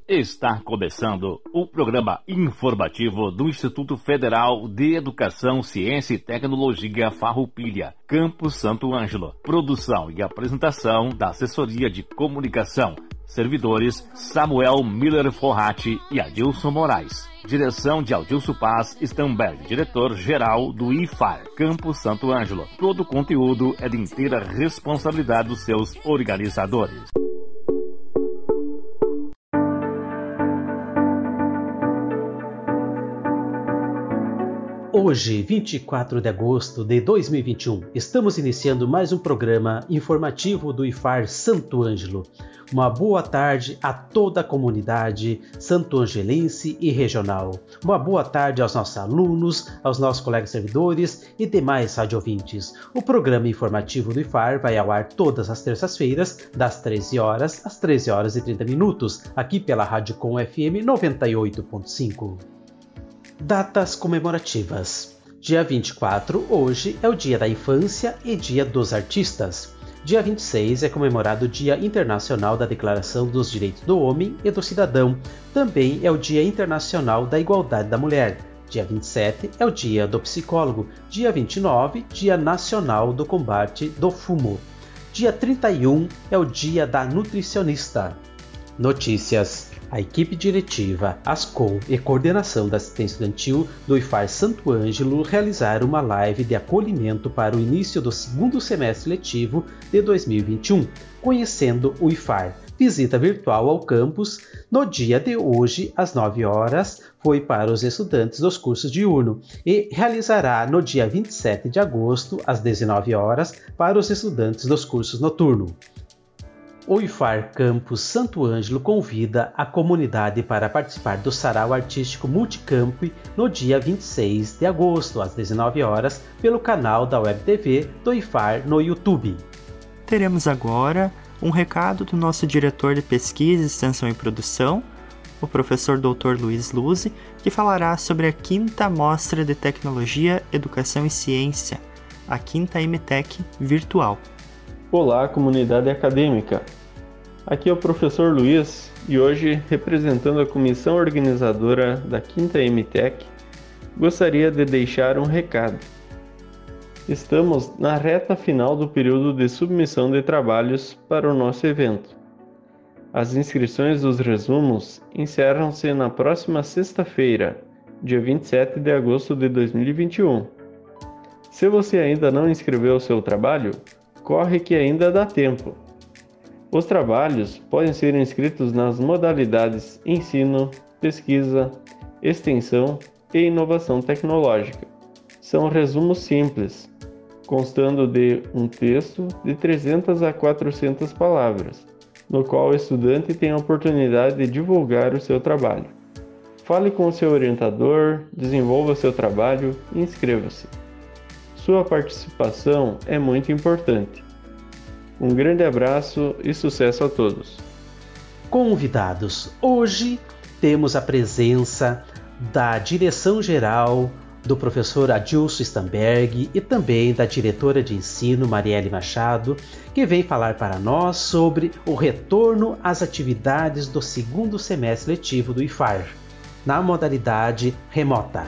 Está começando o programa informativo do Instituto Federal de Educação, Ciência e Tecnologia Farroupilha, Campus Santo Ângelo. Produção e apresentação da Assessoria de Comunicação. Servidores Samuel Miller Forrati e Adilson Moraes. Direção de Adilson Paz Stamberg, diretor-geral do IFAR, Campus Santo Ângelo. Todo o conteúdo é de inteira responsabilidade dos seus organizadores. Hoje, 24 de agosto de 2021, estamos iniciando mais um programa informativo do IFAR Santo Ângelo. Uma boa tarde a toda a comunidade santo-angelense e regional. Uma boa tarde aos nossos alunos, aos nossos colegas servidores e demais rádio-ouvintes. O programa informativo do IFAR vai ao ar todas as terças-feiras, das 13 horas às 13 horas e 30 minutos, aqui pela Rádio Com FM 98.5. Datas comemorativas. Dia 24, hoje, é o Dia da Infância e Dia dos Artistas. Dia 26 é comemorado o Dia Internacional da Declaração dos Direitos do Homem e do Cidadão. Também é o Dia Internacional da Igualdade da Mulher. Dia 27 é o Dia do Psicólogo. Dia 29, Dia Nacional do Combate do Fumo. Dia 31 é o Dia da Nutricionista. Notícias. A equipe diretiva, ASCOM e coordenação da assistência estudantil do IFAR Santo Ângelo realizaram uma live de acolhimento para o início do segundo semestre letivo de 2021, conhecendo o IFAR. Visita virtual ao campus no dia de hoje, às 9 horas, foi para os estudantes dos cursos diurno e realizará no dia 27 de agosto, às 19 horas, para os estudantes dos cursos noturno. O IFAR Campus Santo Ângelo convida a comunidade para participar do Sarau Artístico Multicamp no dia 26 de agosto, às 19 horas, pelo canal da Web TV do IFAR no YouTube. Teremos agora um recado do nosso diretor de Pesquisa, Extensão e Produção, o professor Dr. Luiz Luzi, que falará sobre a 5ª Mostra de Tecnologia, Educação e Ciência, a 5ª MTech Virtual. Olá, comunidade acadêmica! Aqui é o professor Luiz e hoje, representando a comissão organizadora da 5ª MTech, gostaria de deixar um recado. Estamos na reta final do período de submissão de trabalhos para o nosso evento. As inscrições dos resumos encerram-se na próxima sexta-feira, dia 27 de agosto de 2021. Se você ainda não inscreveu o seu trabalho, corre que ainda dá tempo. Os trabalhos podem ser inscritos nas modalidades ensino, pesquisa, extensão e inovação tecnológica. São resumos simples, constando de um texto de 300 a 400 palavras, no qual o estudante tem a oportunidade de divulgar o seu trabalho. Fale com o seu orientador, desenvolva seu trabalho e inscreva-se. Sua participação é muito importante. Um grande abraço e sucesso a todos. Convidados, hoje temos a presença da direção-geral do professor Adilson Stamberg e também da diretora de ensino Marielle Machado, que vem falar para nós sobre o retorno às atividades do segundo semestre letivo do IFAR, na modalidade remota.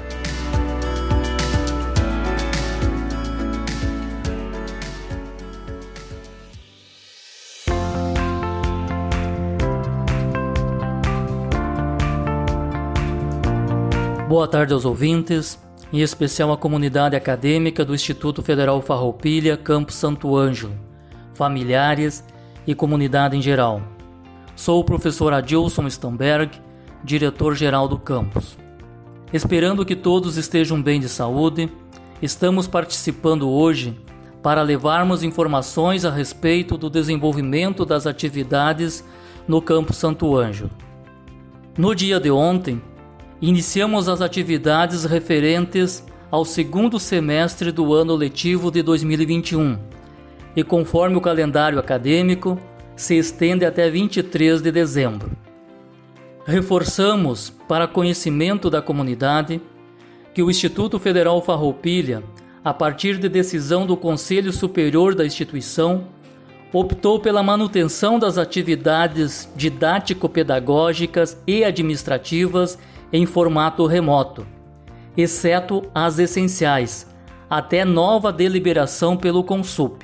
Boa tarde aos ouvintes, em especial à comunidade acadêmica do Instituto Federal Farroupilha, Campus Santo Ângelo, familiares e comunidade em geral. Sou o professor Adilson Stamberg, diretor-geral do campus. Esperando que todos estejam bem de saúde, estamos participando hoje para levarmos informações a respeito do desenvolvimento das atividades no Campus Santo Ângelo. No dia de ontem, iniciamos as atividades referentes ao segundo semestre do ano letivo de 2021 e, conforme o calendário acadêmico, se estende até 23 de dezembro. Reforçamos, para conhecimento da comunidade, que o Instituto Federal Farroupilha, a partir de decisão do Conselho Superior da instituição, optou pela manutenção das atividades didático-pedagógicas e administrativas em formato remoto, exceto as essenciais, até nova deliberação pelo Consup.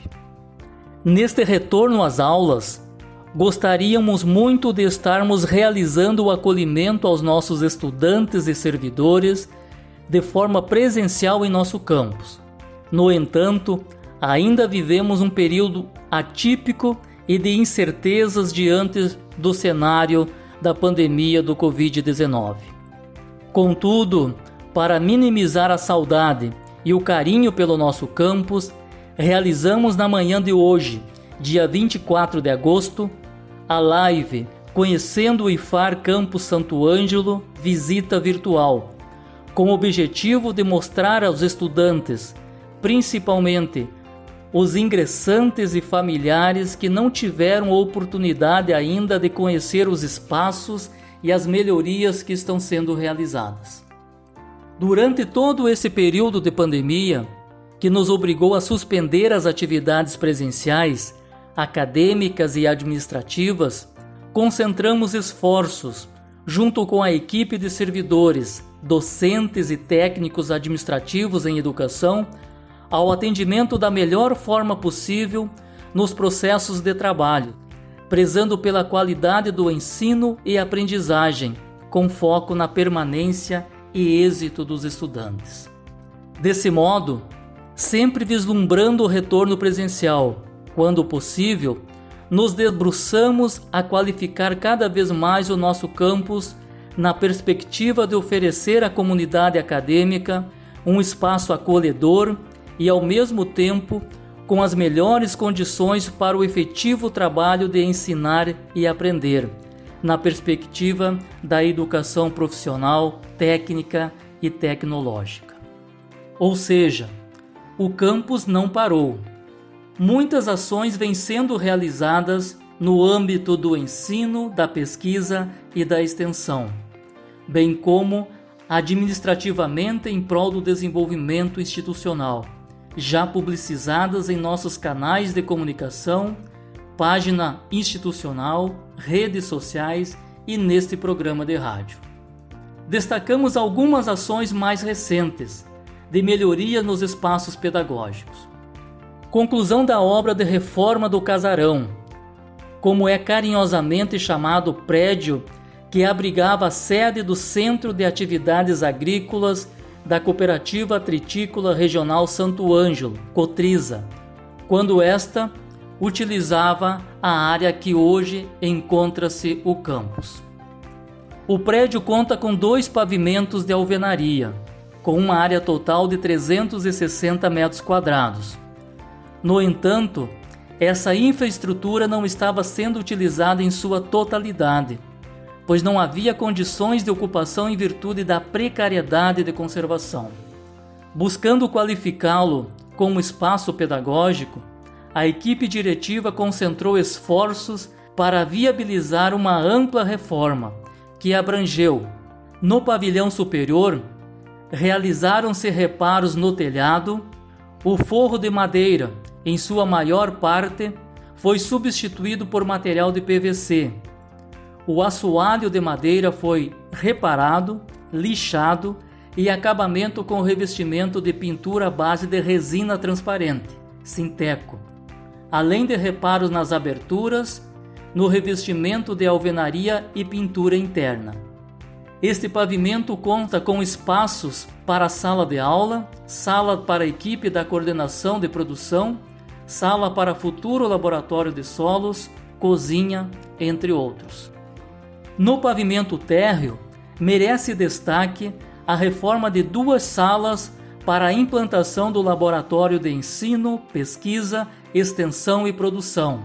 Neste retorno às aulas, gostaríamos muito de estarmos realizando o acolhimento aos nossos estudantes e servidores de forma presencial em nosso campus. No entanto, ainda vivemos um período atípico e de incertezas diante do cenário da pandemia do Covid-19. Contudo, para minimizar a saudade e o carinho pelo nosso campus, realizamos na manhã de hoje, dia 24 de agosto, a live Conhecendo o IFAR Campus Santo Ângelo, visita virtual, com o objetivo de mostrar aos estudantes, principalmente os ingressantes e familiares que não tiveram oportunidade ainda de conhecer os espaços e as melhorias que estão sendo realizadas. Durante todo esse período de pandemia, que nos obrigou a suspender as atividades presenciais, acadêmicas e administrativas, concentramos esforços, junto com a equipe de servidores, docentes e técnicos administrativos em educação, ao atendimento da melhor forma possível nos processos de trabalho, prezando pela qualidade do ensino e aprendizagem, com foco na permanência e êxito dos estudantes. Desse modo, sempre vislumbrando o retorno presencial, quando possível, nos debruçamos a qualificar cada vez mais o nosso campus na perspectiva de oferecer à comunidade acadêmica um espaço acolhedor e, ao mesmo tempo, com as melhores condições para o efetivo trabalho de ensinar e aprender, na perspectiva da educação profissional, técnica e tecnológica. Ou seja, o campus não parou. Muitas ações vêm sendo realizadas no âmbito do ensino, da pesquisa e da extensão, bem como administrativamente em prol do desenvolvimento institucional, já publicizadas em nossos canais de comunicação, página institucional, redes sociais e neste programa de rádio. Destacamos algumas ações mais recentes de melhoria nos espaços pedagógicos. Conclusão da obra de reforma do casarão, como é carinhosamente chamado o prédio que abrigava a sede do Centro de Atividades Agrícolas da Cooperativa Tritícola Regional Santo Ângelo, Cotrisa, quando esta utilizava a área que hoje encontra-se o campus. O prédio conta com 2 pavimentos de alvenaria, com uma área total de 360 metros quadrados. No entanto, essa infraestrutura não estava sendo utilizada em sua totalidade, pois não havia condições de ocupação em virtude da precariedade de conservação. Buscando qualificá-lo como espaço pedagógico, a equipe diretiva concentrou esforços para viabilizar uma ampla reforma, que abrangeu, no pavilhão superior, realizaram-se reparos no telhado, o forro de madeira, em sua maior parte, foi substituído por material de PVC. O assoalho de madeira foi reparado, lixado e acabamento com revestimento de pintura à base de resina transparente, Sinteco, além de reparos nas aberturas, no revestimento de alvenaria e pintura interna. Este pavimento conta com espaços para sala de aula, sala para a equipe da coordenação de produção, sala para futuro laboratório de solos, cozinha, entre outros. No pavimento térreo, merece destaque a reforma de 2 salas para a implantação do Laboratório de Ensino, Pesquisa, Extensão e Produção,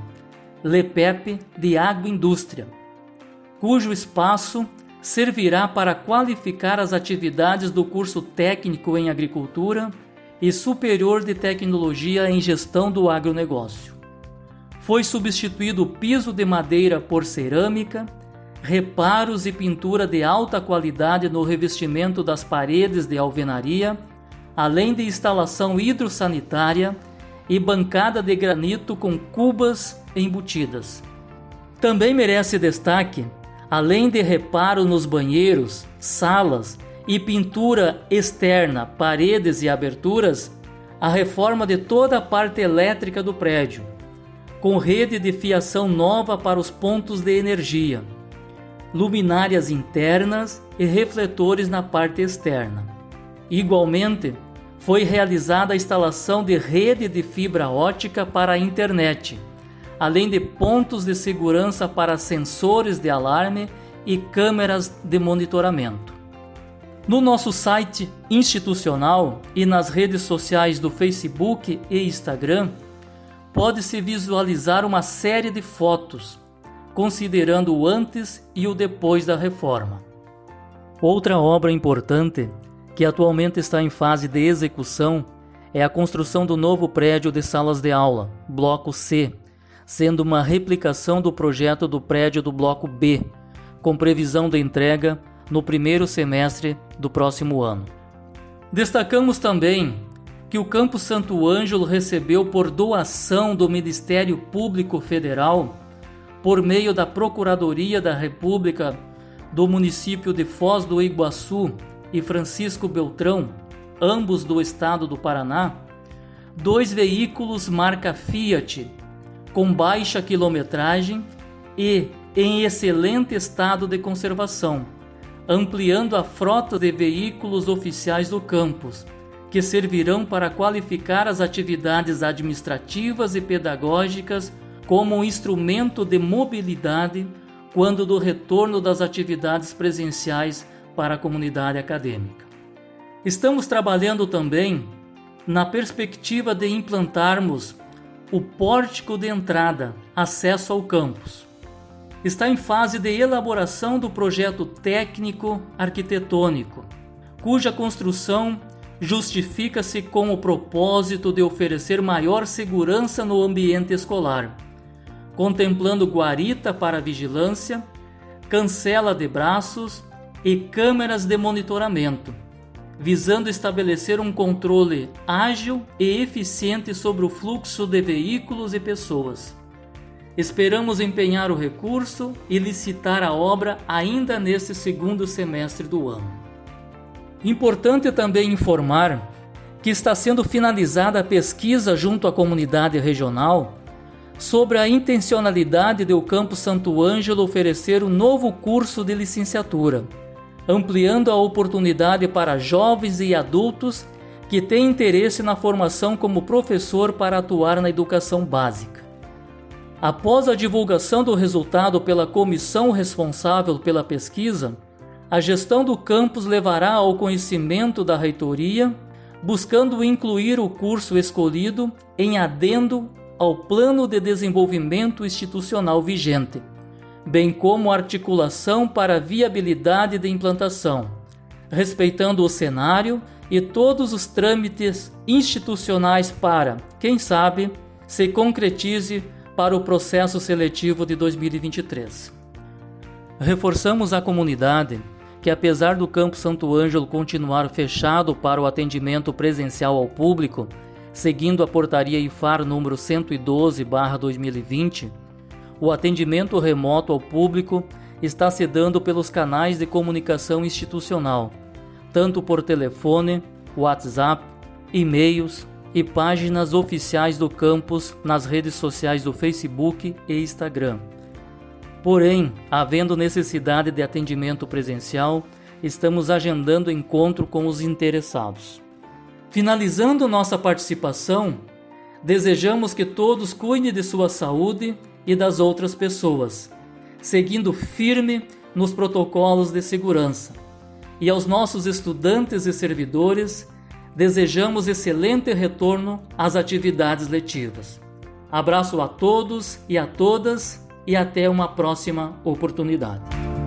LEPEP de Agroindústria, cujo espaço servirá para qualificar as atividades do curso técnico em agricultura e superior de tecnologia em gestão do agronegócio. Foi substituído o piso de madeira por cerâmica, reparos e pintura de alta qualidade no revestimento das paredes de alvenaria, além de instalação hidrossanitária e bancada de granito com cubas embutidas. Também merece destaque, além de reparo nos banheiros, salas e pintura externa, paredes e aberturas, a reforma de toda a parte elétrica do prédio, com rede de fiação nova para os pontos de energia, luminárias internas e refletores na parte externa. Igualmente, foi realizada a instalação de rede de fibra ótica para a internet, além de pontos de segurança para sensores de alarme e câmeras de monitoramento. No nosso site institucional e nas redes sociais do Facebook e Instagram, pode-se visualizar uma série de fotos, considerando o antes e o depois da reforma. Outra obra importante, que atualmente está em fase de execução, é a construção do novo prédio de salas de aula, Bloco C, sendo uma replicação do projeto do prédio do Bloco B, com previsão de entrega no primeiro semestre do próximo ano. Destacamos também que o Campus Santo Ângelo recebeu por doação do Ministério Público Federal, por meio da Procuradoria da República do município de Foz do Iguaçu e Francisco Beltrão, ambos do estado do Paraná, 2 veículos marca Fiat, com baixa quilometragem e em excelente estado de conservação, ampliando a frota de veículos oficiais do campus, que servirão para qualificar as atividades administrativas e pedagógicas como um instrumento de mobilidade quando do retorno das atividades presenciais para a comunidade acadêmica. Estamos trabalhando também na perspectiva de implantarmos o pórtico de entrada, acesso ao campus. Está em fase de elaboração do projeto técnico arquitetônico, cuja construção justifica-se com o propósito de oferecer maior segurança no ambiente escolar, contemplando guarita para vigilância, cancela de braços e câmeras de monitoramento, visando estabelecer um controle ágil e eficiente sobre o fluxo de veículos e pessoas. Esperamos empenhar o recurso e licitar a obra ainda neste segundo semestre do ano. Importante também informar que está sendo finalizada a pesquisa junto à comunidade regional sobre a intencionalidade do Campus Santo Ângelo oferecer um novo curso de licenciatura, ampliando a oportunidade para jovens e adultos que têm interesse na formação como professor para atuar na educação básica. Após a divulgação do resultado pela comissão responsável pela pesquisa, a gestão do campus levará ao conhecimento da reitoria, buscando incluir o curso escolhido em adendo ao Plano de Desenvolvimento Institucional vigente, bem como articulação para a viabilidade de implantação, respeitando o cenário e todos os trâmites institucionais para, quem sabe, se concretize para o processo seletivo de 2023. Reforçamos à comunidade que, apesar do Campus Santo Ângelo continuar fechado para o atendimento presencial ao público, seguindo a portaria IFAR número 112/2020, o atendimento remoto ao público está se dando pelos canais de comunicação institucional, tanto por telefone, WhatsApp, e-mails e páginas oficiais do campus nas redes sociais do Facebook e Instagram. Porém, havendo necessidade de atendimento presencial, estamos agendando encontro com os interessados. Finalizando nossa participação, desejamos que todos cuidem de sua saúde e das outras pessoas, seguindo firme nos protocolos de segurança. E aos nossos estudantes e servidores, desejamos excelente retorno às atividades letivas. Abraço a todos e a todas e até uma próxima oportunidade.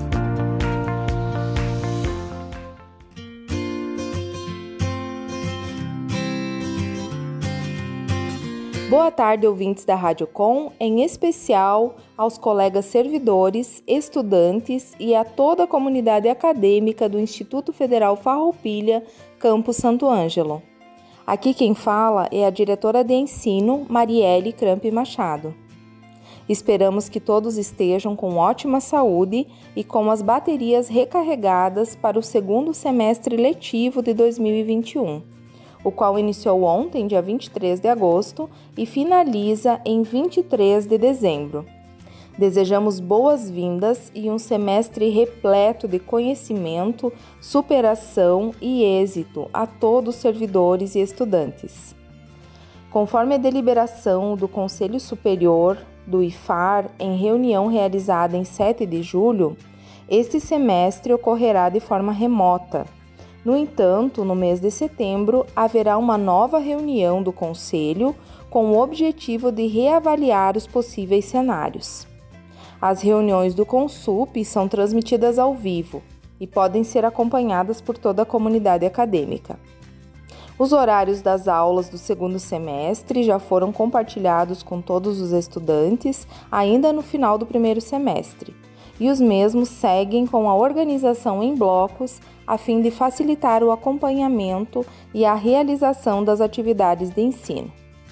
Boa tarde, ouvintes da Rádio Com, em especial aos colegas servidores, estudantes e a toda a comunidade acadêmica do Instituto Federal Farroupilha, Campus Santo Ângelo. Aqui quem fala é a diretora de ensino, Marielle Cramp Machado. Esperamos que todos estejam com ótima saúde e com as baterias recarregadas para o segundo semestre letivo de 2021, o qual iniciou ontem, dia 23 de agosto, e finaliza em 23 de dezembro. Desejamos boas-vindas e um semestre repleto de conhecimento, superação e êxito a todos os servidores e estudantes. Conforme a deliberação do Conselho Superior do IFAR, em reunião realizada em 7 de julho, este semestre ocorrerá de forma remota. No entanto, no mês de setembro, haverá uma nova reunião do Conselho com o objetivo de reavaliar os possíveis cenários. As reuniões do Consup são transmitidas ao vivo e podem ser acompanhadas por toda a comunidade acadêmica. Os horários das aulas do segundo semestre já foram compartilhados com todos os estudantes ainda no final do primeiro semestre, e os mesmos seguem com a organização em blocos a fim de facilitar o acompanhamento e a realização das atividades de ensino.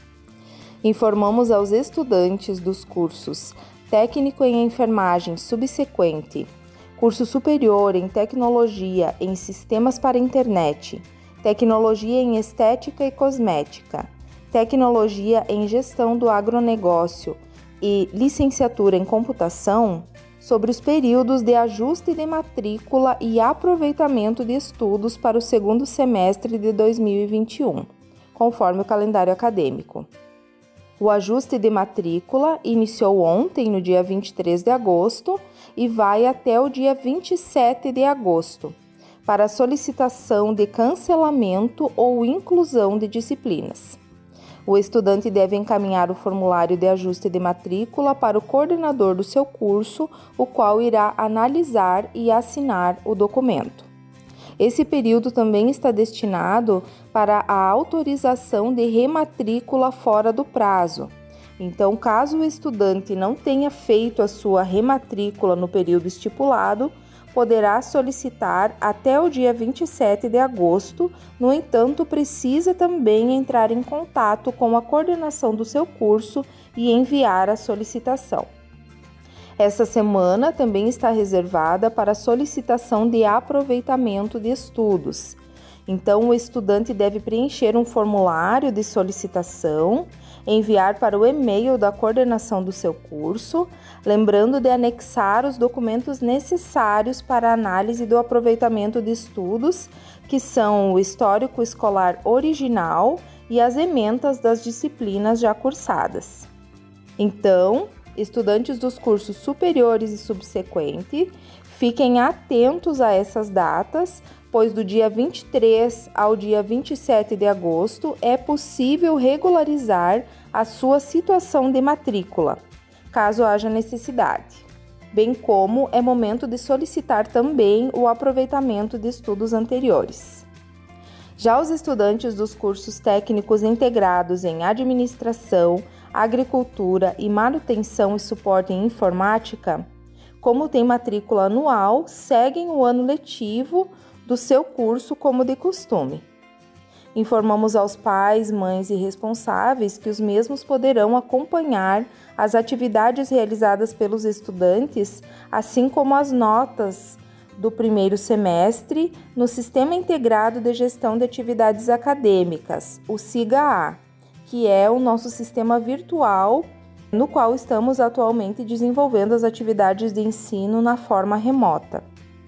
Informamos aos estudantes dos cursos Técnico em Enfermagem Subsequente, Curso Superior em Tecnologia em Sistemas para Internet, Tecnologia em Estética e Cosmética, Tecnologia em Gestão do Agronegócio e Licenciatura em Computação sobre os períodos de ajuste de matrícula e aproveitamento de estudos para o segundo semestre de 2021, conforme o calendário acadêmico. O ajuste de matrícula iniciou ontem, no dia 23 de agosto, e vai até o dia 27 de agosto, para solicitação de cancelamento ou inclusão de disciplinas. O estudante deve encaminhar o formulário de ajuste de matrícula para o coordenador do seu curso, o qual irá analisar e assinar o documento. Esse período também está destinado para a autorização de rematrícula fora do prazo. Então, caso o estudante não tenha feito a sua rematrícula no período estipulado, poderá solicitar até o dia 27 de agosto, no entanto, precisa também entrar em contato com a coordenação do seu curso e enviar a solicitação. Essa semana também está reservada para a solicitação de aproveitamento de estudos. Então, o estudante deve preencher um formulário de solicitação, enviar para o e-mail da coordenação do seu curso, lembrando de anexar os documentos necessários para a análise do aproveitamento de estudos, que são o histórico escolar original e as ementas das disciplinas já cursadas. Então, estudantes dos cursos superiores e subsequentes, fiquem atentos a essas datas, pois do dia 23 ao dia 27 de agosto é possível regularizar a sua situação de matrícula, caso haja necessidade, bem como é momento de solicitar também o aproveitamento de estudos anteriores. Já os estudantes dos cursos técnicos integrados em Administração, Agricultura e Manutenção e Suporte em Informática, como tem matrícula anual, seguem o ano letivo do seu curso como de costume. Informamos aos pais, mães e responsáveis que os mesmos poderão acompanhar as atividades realizadas pelos estudantes, assim como as notas do primeiro semestre no Sistema Integrado de Gestão de Atividades Acadêmicas, o SIGA-A, que é o nosso sistema virtual no qual estamos atualmente desenvolvendo as atividades de ensino na forma remota.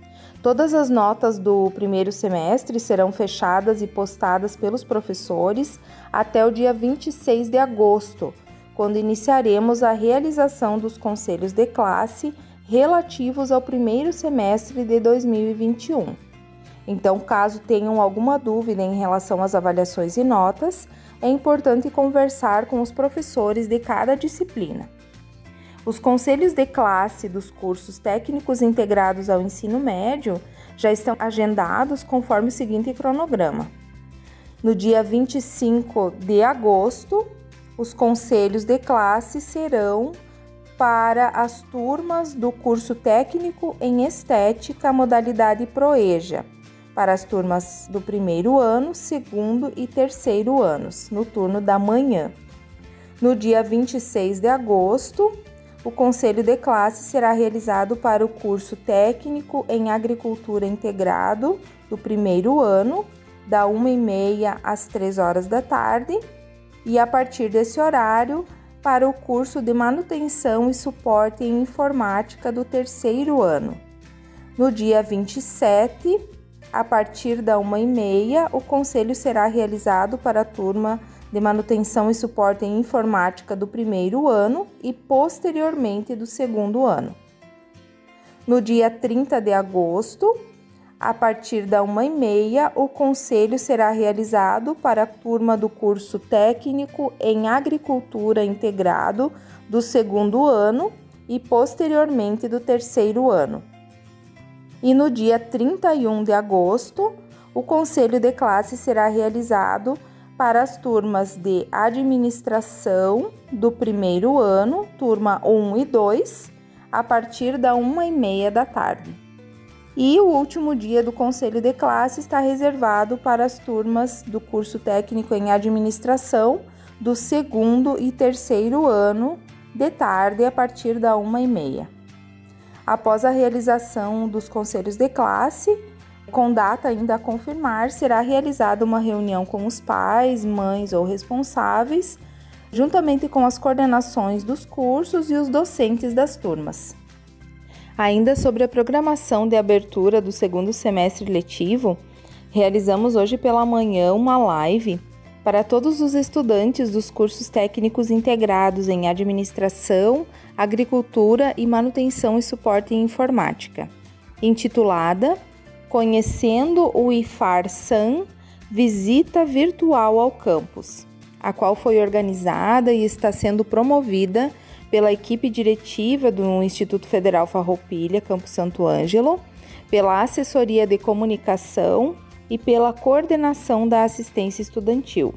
Todas as notas do primeiro semestre serão fechadas e postadas pelos professores até o dia 26 de agosto, quando iniciaremos a realização dos conselhos de classe relativos ao primeiro semestre de 2021. Então, caso tenham alguma dúvida em relação às avaliações e notas, é importante conversar com os professores de cada disciplina. Os conselhos de classe dos cursos técnicos integrados ao ensino médio já estão agendados conforme o seguinte cronograma. No dia 25 de agosto, os conselhos de classe serão para as turmas do curso técnico em estética, modalidade ProEja, para as turmas do primeiro ano, segundo e terceiro anos, no turno da manhã. No dia 26 de agosto, o conselho de classe será realizado para o curso técnico em agricultura integrado do primeiro ano, da 1h30 às 3h da tarde, e a partir desse horário, para o curso de manutenção e suporte em informática do terceiro ano. No dia 27, a partir da 1h30, o conselho será realizado para a turma de manutenção e suporte em informática do primeiro ano e posteriormente do segundo ano. No dia 30 de agosto, a partir da 1h30, o conselho será realizado para a turma do curso técnico em agricultura integrado do segundo ano e posteriormente do terceiro ano. E no dia 31 de agosto, o conselho de classe será realizado para as turmas de administração do primeiro ano, turma 1 e 2, a partir da 1h30 da tarde. E o último dia do conselho de classe está reservado para as turmas do curso técnico em administração do segundo e terceiro ano, de tarde, a partir da 1h30. Após a realização dos conselhos de classe, com data ainda a confirmar, será realizada uma reunião com os pais, mães ou responsáveis, juntamente com as coordenações dos cursos e os docentes das turmas. Ainda sobre a programação de abertura do segundo semestre letivo, realizamos hoje pela manhã uma live para todos os estudantes dos cursos técnicos integrados em administração, agricultura e manutenção e suporte em informática, intitulada Conhecendo o IFAR-SAN, visita virtual ao campus, a qual foi organizada e está sendo promovida pela equipe diretiva do Instituto Federal Farroupilha, Campus Santo Ângelo, pela assessoria de comunicação e pela coordenação da assistência estudantil.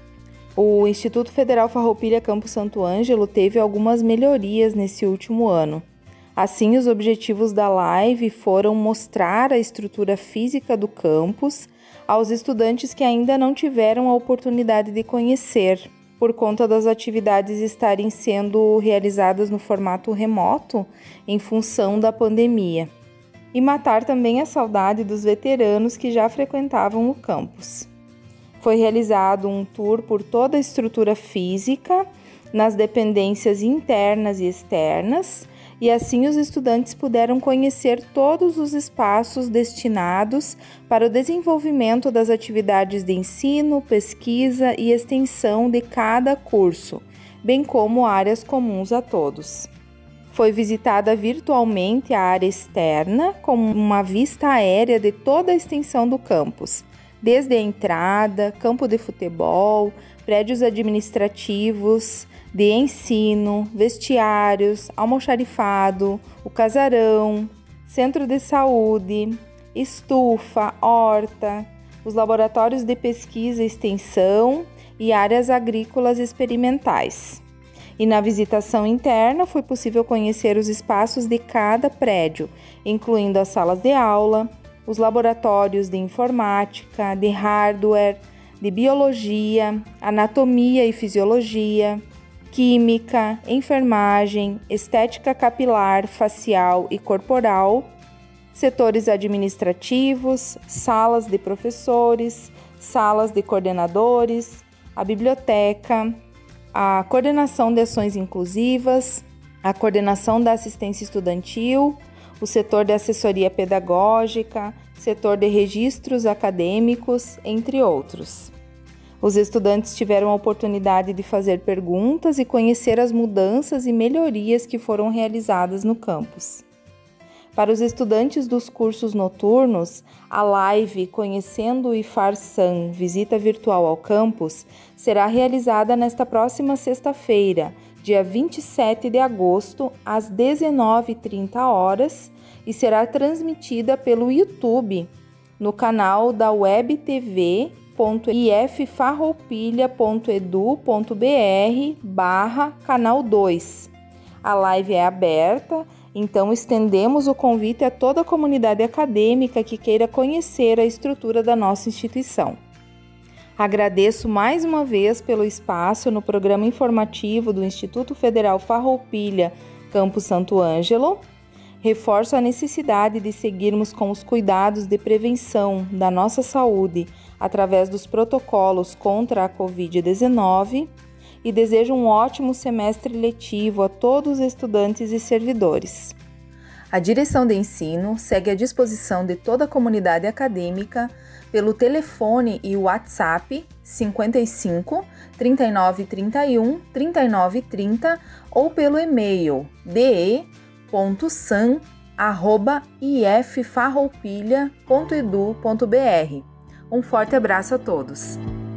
O Instituto Federal Farroupilha, Campus Santo Ângelo teve algumas melhorias nesse último ano. Assim, os objetivos da live foram mostrar a estrutura física do campus aos estudantes que ainda não tiveram a oportunidade de conhecer, por conta das atividades estarem sendo realizadas no formato remoto em função da pandemia, e matar também a saudade dos veteranos que já frequentavam o campus. Foi realizado um tour por toda a estrutura física, nas dependências internas e externas, e assim os estudantes puderam conhecer todos os espaços destinados para o desenvolvimento das atividades de ensino, pesquisa e extensão de cada curso, bem como áreas comuns a todos. Foi visitada virtualmente a área externa, com uma vista aérea de toda a extensão do campus, desde a entrada, campo de futebol, prédios administrativos, de ensino, vestiários, almoxarifado, o casarão, centro de saúde, estufa, horta, os laboratórios de pesquisa e extensão e áreas agrícolas experimentais. E na visitação interna foi possível conhecer os espaços de cada prédio, incluindo as salas de aula, os laboratórios de informática, de hardware, de biologia, anatomia e fisiologia, química, enfermagem, estética capilar, facial e corporal, setores administrativos, salas de professores, salas de coordenadores, a biblioteca, a coordenação de ações inclusivas, a coordenação da assistência estudantil, o setor de assessoria pedagógica, setor de registros acadêmicos, entre outros. Os estudantes tiveram a oportunidade de fazer perguntas e conhecer as mudanças e melhorias que foram realizadas no campus. Para os estudantes dos cursos noturnos, a live Conhecendo o IFAR-SAN, visita virtual ao campus, será realizada nesta próxima sexta-feira, dia 27 de agosto, às 19h30, e será transmitida pelo YouTube, no canal da Web TV iffarroupilha.edu.br/canal 2. A live é aberta, então estendemos o convite a toda a comunidade acadêmica que queira conhecer a estrutura da nossa instituição. Agradeço mais uma vez pelo espaço no programa informativo do Instituto Federal Farroupilha, Campus Santo Ângelo. Reforço a necessidade de seguirmos com os cuidados de prevenção da nossa saúde através dos protocolos contra a Covid-19 e desejo um ótimo semestre letivo a todos os estudantes e servidores. A direção de ensino segue à disposição de toda a comunidade acadêmica pelo telefone e WhatsApp 55 39 31 39 30 ou pelo e-mail de.san@iffarroupilha.edu.br. Um forte abraço a todos.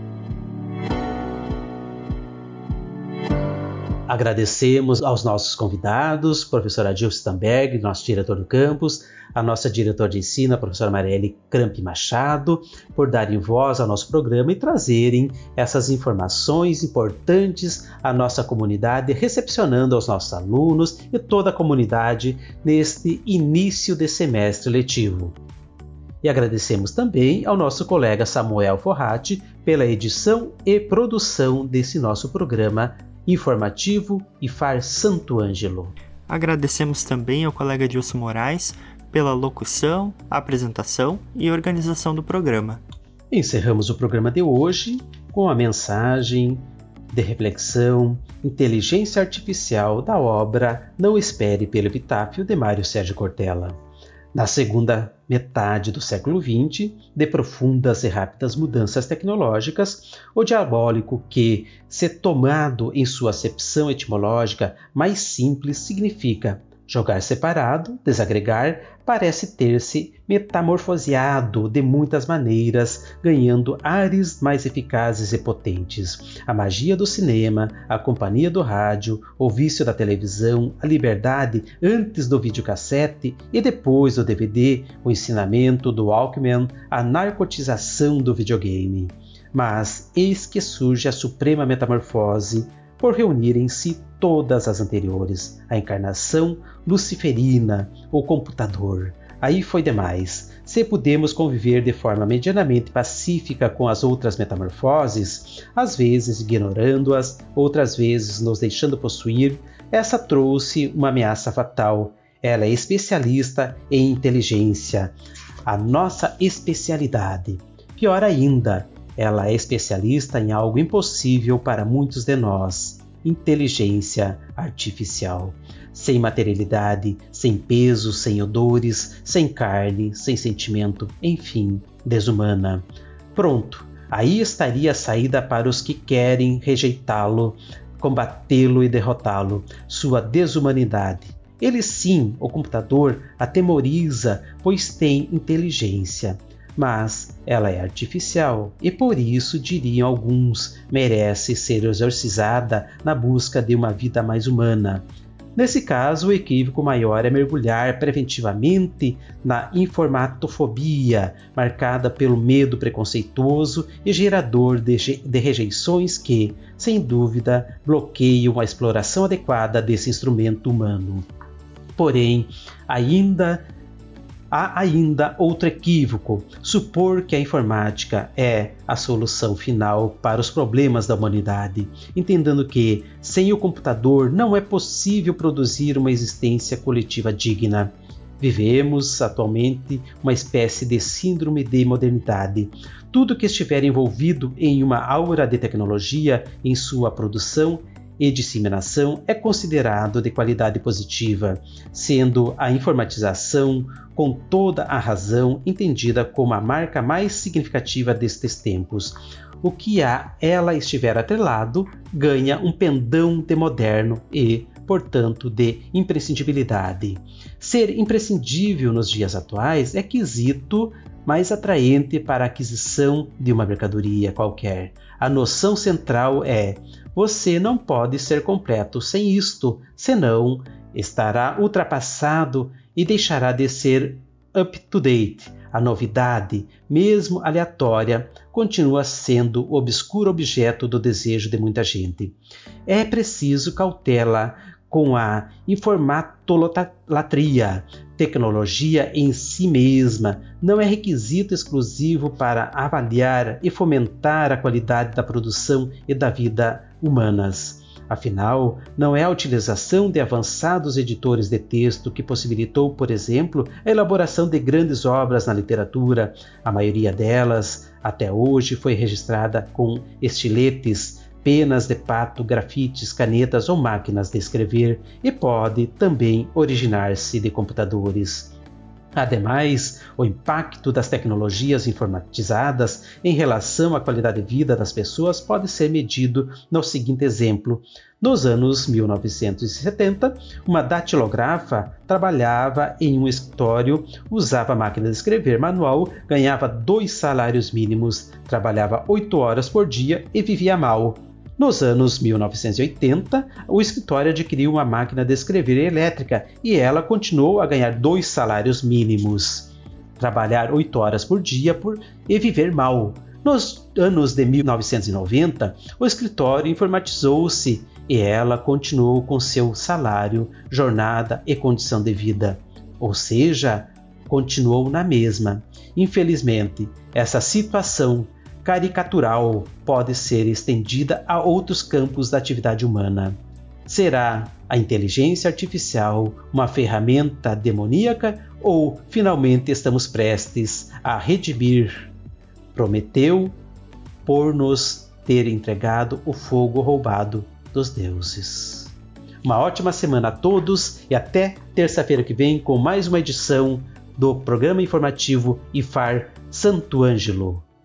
Agradecemos aos nossos convidados, professor Adilson Stamberg, nosso diretor do campus, a nossa diretora de ensino, a professora Marielle Crampi Machado, por darem voz ao nosso programa e trazerem essas informações importantes à nossa comunidade, recepcionando aos nossos alunos e toda a comunidade neste início de semestre letivo. E agradecemos também ao nosso colega Samuel Forratti pela edição e produção desse nosso programa informativo IFAR Santo Ângelo. Agradecemos também ao colega Adilson Moraes pela locução, apresentação e organização do programa. Encerramos o programa de hoje com a mensagem de reflexão Inteligência Artificial da obra Não Espere pelo Epitáfio de Mário Sérgio Cortella. Na segunda metade do século XX, de profundas e rápidas mudanças tecnológicas, o diabólico que, se tomado em sua acepção etimológica mais simples, significa jogar separado, desagregar, parece ter-se metamorfoseado de muitas maneiras, ganhando ares mais eficazes e potentes. A magia do cinema, a companhia do rádio, o vício da televisão, a liberdade antes do videocassete e depois do DVD, o ensinamento do Walkman, a narcotização do videogame. Mas eis que surge a suprema metamorfose, por reunir em si todas as anteriores, a encarnação luciferina, o computador. Aí foi demais. Se pudemos conviver de forma medianamente pacífica com as outras metamorfoses, às vezes ignorando-as, outras vezes nos deixando possuir, essa trouxe uma ameaça fatal. Ela é especialista em inteligência, a nossa especialidade. Pior ainda, ela é especialista em algo impossível para muitos de nós: inteligência artificial. Sem materialidade, sem peso, sem odores, sem carne, sem sentimento, enfim, desumana. Pronto, aí estaria a saída para os que querem rejeitá-lo, combatê-lo e derrotá-lo: sua desumanidade. Ele sim, o computador, atemoriza, pois tem inteligência. Mas ela é artificial e por isso, diriam alguns, merece ser exorcizada na busca de uma vida mais humana. Nesse caso, o equívoco maior é mergulhar preventivamente na informatofobia, marcada pelo medo preconceituoso e gerador de rejeições que, sem dúvida, bloqueiam a exploração adequada desse instrumento humano. Porém, há ainda outro equívoco: supor que a informática é a solução final para os problemas da humanidade, entendendo que, sem o computador, não é possível produzir uma existência coletiva digna. Vivemos, atualmente, uma espécie de síndrome de modernidade. Tudo que estiver envolvido em uma aura de tecnologia em sua produção e disseminação é considerado de qualidade positiva, sendo a informatização, com toda a razão, entendida como a marca mais significativa destes tempos. O que a ela estiver atrelado ganha um pendão de moderno e, portanto, de imprescindibilidade. Ser imprescindível nos dias atuais é quesito mais atraente para a aquisição de uma mercadoria qualquer. A noção central é: você não pode ser completo sem isto, senão estará ultrapassado e deixará de ser up-to-date. A novidade, mesmo aleatória, continua sendo o obscuro objeto do desejo de muita gente. É preciso cautela com a informatolatria. Tecnologia em si mesma não é requisito exclusivo para avaliar e fomentar a qualidade da produção e da vida humanas. Afinal, não é a utilização de avançados editores de texto que possibilitou, por exemplo, a elaboração de grandes obras na literatura. A maioria delas, até hoje, foi registrada com estiletes, penas de pato, grafites, canetas ou máquinas de escrever, e pode também originar-se de computadores. Ademais, o impacto das tecnologias informatizadas em relação à qualidade de vida das pessoas pode ser medido no seguinte exemplo. Nos anos 1970, uma datilografa trabalhava em um escritório, usava máquina de escrever manual, ganhava 2 salários mínimos, trabalhava 8 horas por dia e vivia mal. Nos anos 1980, o escritório adquiriu uma máquina de escrever elétrica e ela continuou a ganhar 2 salários mínimos, trabalhar 8 horas por dia e viver mal. Nos anos de 1990, o escritório informatizou-se e ela continuou com seu salário, jornada e condição de vida. Ou seja, continuou na mesma. Infelizmente, essa situação caricatural pode ser estendida a outros campos da atividade humana. Será a inteligência artificial uma ferramenta demoníaca ou finalmente estamos prestes a redimir Prometeu por nos ter entregado o fogo roubado dos deuses? Uma ótima semana a todos e até terça-feira que vem com mais uma edição do programa informativo IFAR Santo Ângelo.